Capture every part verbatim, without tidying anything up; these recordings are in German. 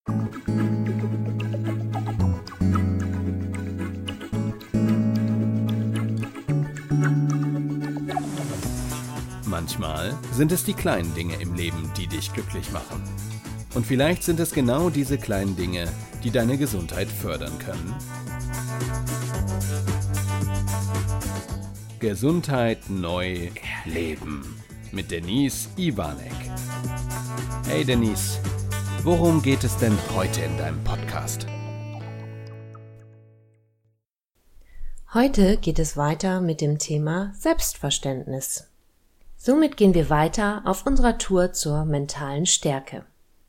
Manchmal sind es die kleinen Dinge im Leben, die dich glücklich machen. Und vielleicht sind es genau diese kleinen Dinge, die deine Gesundheit fördern können. Gesundheit neu erleben mit Denise Iwanek. Hey Denise, worum geht es denn heute in deinem Podcast? Heute geht es weiter mit dem Thema Selbstverständnis. Somit gehen wir weiter auf unserer Tour zur mentalen Stärke.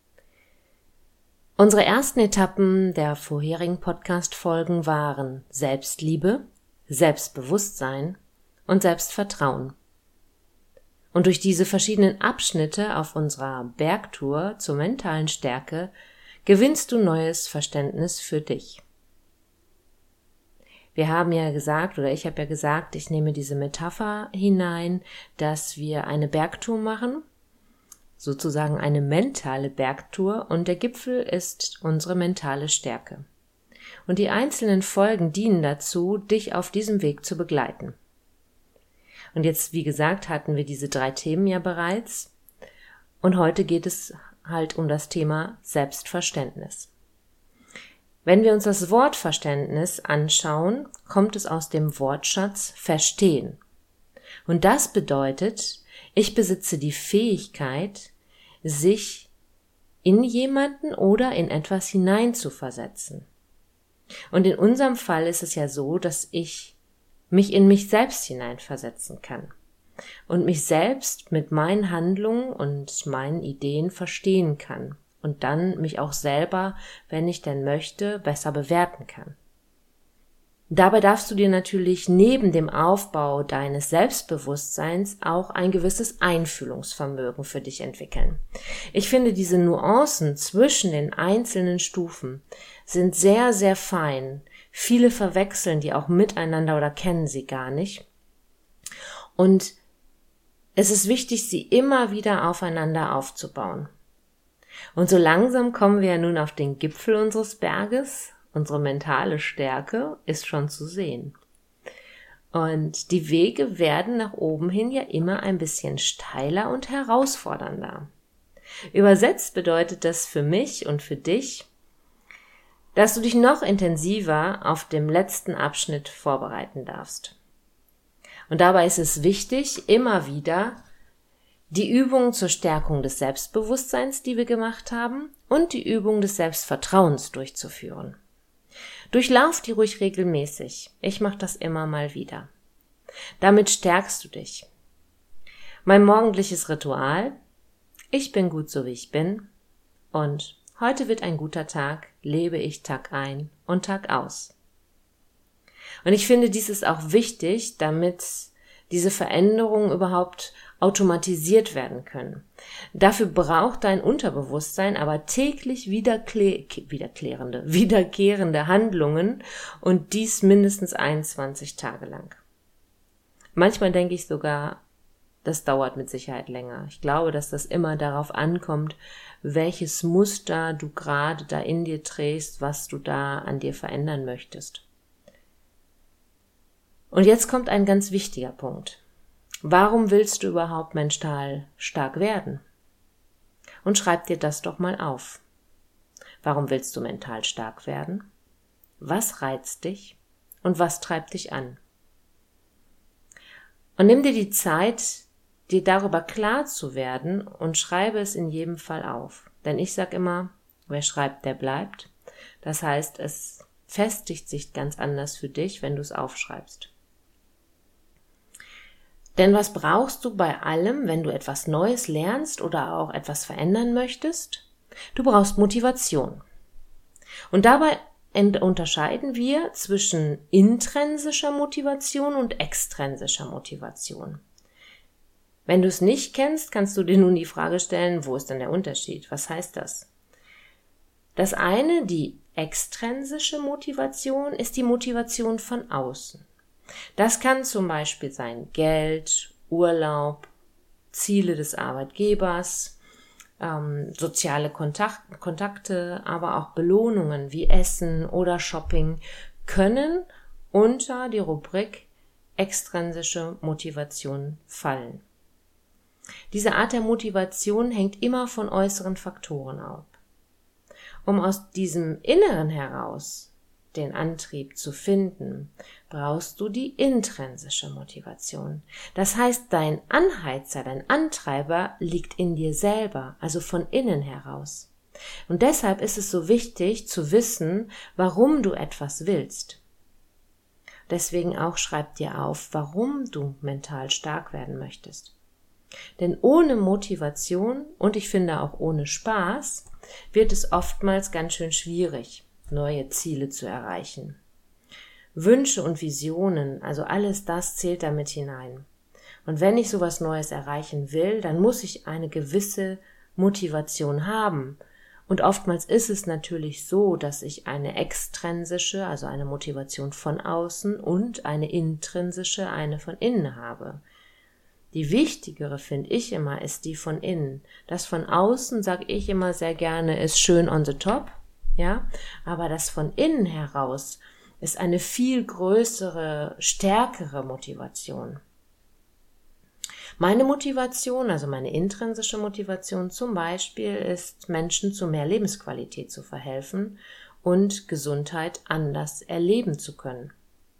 Unsere ersten Etappen der vorherigen Podcast-Folgen waren Selbstliebe, Selbstbewusstsein und Selbstvertrauen. Und durch diese verschiedenen Abschnitte auf unserer Bergtour zur mentalen Stärke gewinnst du neues Verständnis für dich. Wir haben ja gesagt, oder ich habe ja gesagt, ich nehme diese Metapher hinein, dass wir eine Bergtour machen, sozusagen eine mentale Bergtour, und der Gipfel ist unsere mentale Stärke. Und die einzelnen Folgen dienen dazu, dich auf diesem Weg zu begleiten. Und jetzt, wie gesagt, hatten wir diese drei Themen ja bereits, und heute geht es halt um das Thema Selbstverständnis. Wenn wir uns das Wortverständnis anschauen, kommt es aus dem Wortschatz verstehen. Und das bedeutet, ich besitze die Fähigkeit, sich in jemanden oder in etwas hineinzuversetzen. Und in unserem Fall ist es ja so, dass ich mich in mich selbst hineinversetzen kann und mich selbst mit meinen Handlungen und meinen Ideen verstehen kann. Und dann mich auch selber, wenn ich denn möchte, besser bewerten kann. Dabei darfst du dir natürlich neben dem Aufbau deines Selbstbewusstseins auch ein gewisses Einfühlungsvermögen für dich entwickeln. Ich finde, diese Nuancen zwischen den einzelnen Stufen sind sehr, sehr fein. Viele verwechseln die auch miteinander oder kennen sie gar nicht. Und es ist wichtig, sie immer wieder aufeinander aufzubauen. Und so langsam kommen wir ja nun auf den Gipfel unseres Berges. Unsere mentale Stärke ist schon zu sehen. Und die Wege werden nach oben hin ja immer ein bisschen steiler und herausfordernder. Übersetzt bedeutet das für mich und für dich, dass du dich noch intensiver auf dem letzten Abschnitt vorbereiten darfst. Und dabei ist es wichtig, immer wieder die Übungen zur Stärkung des Selbstbewusstseins, die wir gemacht haben, und die Übung des Selbstvertrauens durchzuführen. Durchlauf die ruhig regelmäßig. Ich mache das immer mal wieder. Damit stärkst du dich. Mein morgendliches Ritual: Ich bin gut so wie ich bin, und heute wird ein guter Tag, lebe ich Tag ein und Tag aus. Und ich finde, dies ist auch wichtig, damit diese Veränderungen überhaupt automatisiert werden können. Dafür braucht dein Unterbewusstsein aber täglich wiederklä- wiederklärende, wiederkehrende Handlungen, und dies mindestens einundzwanzig Tage lang. Manchmal denke ich sogar, das dauert mit Sicherheit länger. Ich glaube, dass das immer darauf ankommt, welches Muster du gerade da in dir trägst, was du da an dir verändern möchtest. Und jetzt kommt ein ganz wichtiger Punkt. Warum willst du überhaupt mental stark werden? Und schreib dir das doch mal auf. Warum willst du mental stark werden? Was reizt dich und was treibt dich an? Und nimm dir die Zeit, dir darüber klar zu werden, und schreibe es in jedem Fall auf. Denn ich sag immer, wer schreibt, der bleibt. Das heißt, es festigt sich ganz anders für dich, wenn du es aufschreibst. Denn was brauchst du bei allem, wenn du etwas Neues lernst oder auch etwas verändern möchtest? Du brauchst Motivation. Und dabei unterscheiden wir zwischen intrinsischer Motivation und extrinsischer Motivation. Wenn du es nicht kennst, kannst du dir nun die Frage stellen, wo ist denn der Unterschied? Was heißt das? Das eine, die extrinsische Motivation, ist die Motivation von außen. Das kann zum Beispiel sein Geld, Urlaub, Ziele des Arbeitgebers, ähm, soziale Kontakt, Kontakte, aber auch Belohnungen wie Essen oder Shopping können unter die Rubrik extrinsische Motivation fallen. Diese Art der Motivation hängt immer von äußeren Faktoren ab. Um aus diesem Inneren heraus den Antrieb zu finden, brauchst du die intrinsische Motivation. Das heißt, dein Anheizer, dein Antreiber liegt in dir selber, also von innen heraus. Und deshalb ist es so wichtig zu wissen, warum du etwas willst. Deswegen auch schreib dir auf, warum du mental stark werden möchtest. Denn ohne Motivation und ich finde auch ohne Spaß wird es oftmals ganz schön schwierig, neue Ziele zu erreichen. Wünsche und Visionen, also alles das zählt damit hinein. Und wenn ich sowas Neues erreichen will, dann muss ich eine gewisse Motivation haben. Und oftmals ist es natürlich so, dass ich eine extrinsische, also eine Motivation von außen und eine intrinsische, eine von innen habe. Die wichtigere, finde ich immer, ist die von innen. Das von außen, sage ich immer sehr gerne, ist schön on the top, ja, aber das von innen heraus ist eine viel größere, stärkere Motivation. Meine Motivation, also meine intrinsische Motivation zum Beispiel, ist, Menschen zu mehr Lebensqualität zu verhelfen und Gesundheit anders erleben zu können.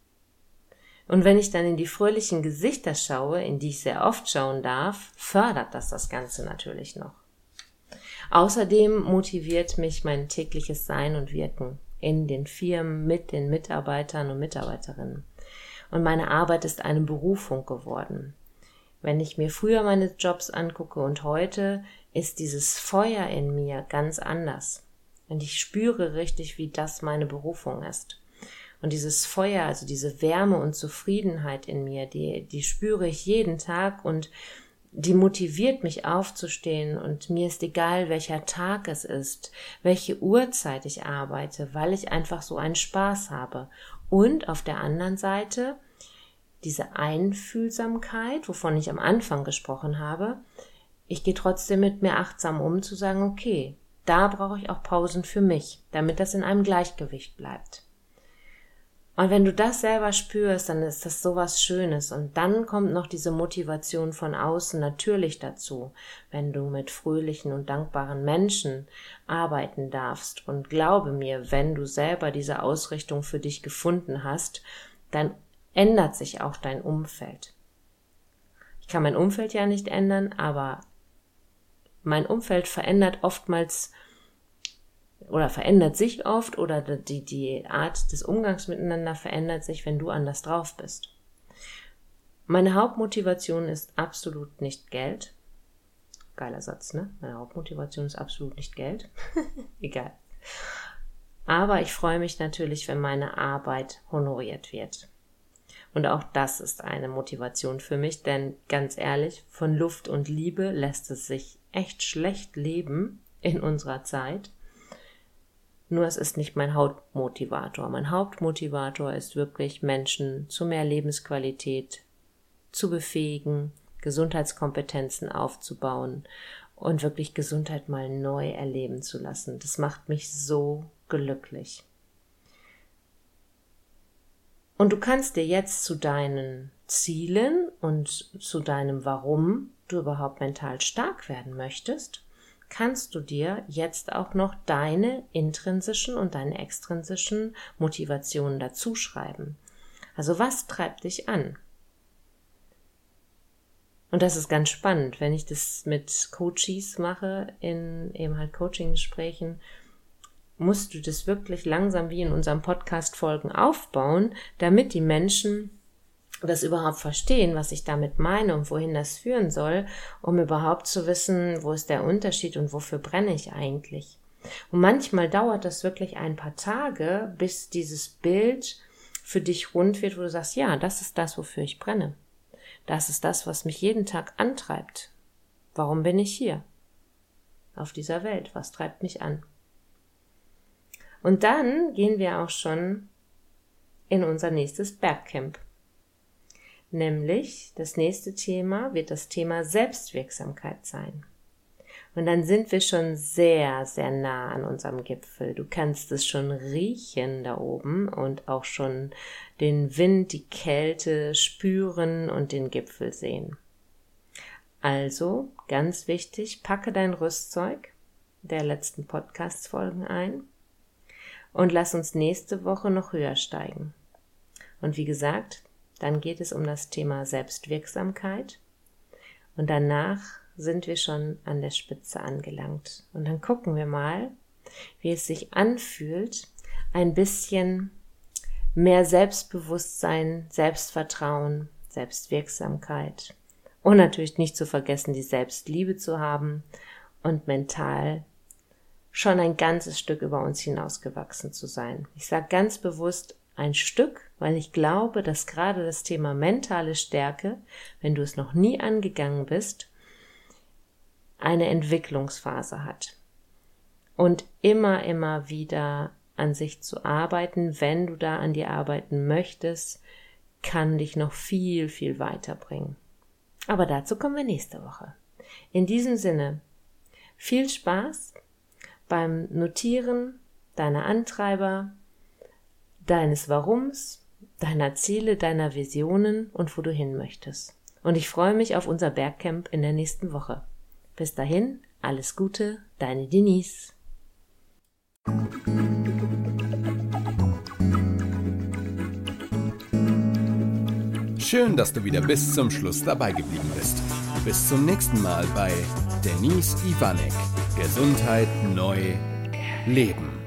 Und wenn ich dann in die fröhlichen Gesichter schaue, in die ich sehr oft schauen darf, fördert das das Ganze natürlich noch. Außerdem motiviert mich mein tägliches Sein und Wirken in den Firmen mit den Mitarbeitern und Mitarbeiterinnen. Und meine Arbeit ist eine Berufung geworden. Wenn ich mir früher meine Jobs angucke und heute, ist dieses Feuer in mir ganz anders. Und ich spüre richtig, wie das meine Berufung ist. Und dieses Feuer, also diese Wärme und Zufriedenheit in mir, die, die spüre ich jeden Tag und die motiviert mich aufzustehen und mir ist egal, welcher Tag es ist, welche Uhrzeit ich arbeite, weil ich einfach so einen Spaß habe. Und auf der anderen Seite diese Einfühlsamkeit, wovon ich am Anfang gesprochen habe, ich gehe trotzdem mit mir achtsam um, zu sagen, okay, da brauche ich auch Pausen für mich, damit das in einem Gleichgewicht bleibt. Und wenn du das selber spürst, dann ist das sowas Schönes. Und dann kommt noch diese Motivation von außen natürlich dazu, wenn du mit fröhlichen und dankbaren Menschen arbeiten darfst. Und glaube mir, wenn du selber diese Ausrichtung für dich gefunden hast, dann ändert sich auch dein Umfeld. Ich kann mein Umfeld ja nicht ändern, aber mein Umfeld verändert oftmals oder verändert sich oft oder die, die Art des Umgangs miteinander verändert sich, wenn du anders drauf bist. Meine Hauptmotivation ist absolut nicht Geld. Geiler Satz, ne? Meine Hauptmotivation ist absolut nicht Geld. Egal. Aber ich freue mich natürlich, wenn meine Arbeit honoriert wird. Und auch das ist eine Motivation für mich, denn ganz ehrlich, von Luft und Liebe lässt es sich echt schlecht leben in unserer Zeit. Nur es ist nicht mein Hauptmotivator. Mein Hauptmotivator ist wirklich, Menschen zu mehr Lebensqualität zu befähigen, Gesundheitskompetenzen aufzubauen und wirklich Gesundheit mal neu erleben zu lassen. Das macht mich so glücklich. Und du kannst dir jetzt zu deinen Zielen und zu deinem Warum du überhaupt mental stark werden möchtest, kannst du dir jetzt auch noch deine intrinsischen und deine extrinsischen Motivationen dazu schreiben. Also was treibt dich an? Und das ist ganz spannend, wenn ich das mit Coaches mache, in eben halt Coaching-Gesprächen, musst du das wirklich langsam wie in unserem Podcast-Folgen aufbauen, damit die Menschen das überhaupt verstehen, was ich damit meine und wohin das führen soll, um überhaupt zu wissen, wo ist der Unterschied und wofür brenne ich eigentlich. Und manchmal dauert das wirklich ein paar Tage, bis dieses Bild für dich rund wird, wo du sagst, ja, das ist das, wofür ich brenne. Das ist das, was mich jeden Tag antreibt. Warum bin ich hier? Auf dieser Welt. Was treibt mich an? Und dann gehen wir auch schon in unser nächstes Bergcamp. Nämlich das nächste Thema wird das Thema Selbstwirksamkeit sein. Und dann sind wir schon sehr, sehr nah an unserem Gipfel. Du kannst es schon riechen da oben und auch schon den Wind, die Kälte spüren und den Gipfel sehen. Also, ganz wichtig, packe dein Rüstzeug der letzten Podcast-Folgen ein und lass uns nächste Woche noch höher steigen. Und wie gesagt, dann geht es um das Thema Selbstwirksamkeit und danach sind wir schon an der Spitze angelangt. Und dann gucken wir mal, wie es sich anfühlt, ein bisschen mehr Selbstbewusstsein, Selbstvertrauen, Selbstwirksamkeit und natürlich nicht zu vergessen, die Selbstliebe zu haben und mental schon ein ganzes Stück über uns hinausgewachsen zu sein. Ich sage ganz bewusst ein Stück, weil ich glaube, dass gerade das Thema mentale Stärke, wenn du es noch nie angegangen bist, eine Entwicklungsphase hat. Und immer, immer wieder an sich zu arbeiten, wenn du da an dir arbeiten möchtest, kann dich noch viel, viel weiterbringen. Aber dazu kommen wir nächste Woche. In diesem Sinne, viel Spaß beim Notieren deiner Antreiber, deines Warums, deiner Ziele, deiner Visionen und wo du hin möchtest. Und ich freue mich auf unser Bergcamp in der nächsten Woche. Bis dahin, alles Gute, deine Denise. Schön, dass du wieder bis zum Schluss dabei geblieben bist. Bis zum nächsten Mal bei Denise Iwanek. Gesundheit neu leben.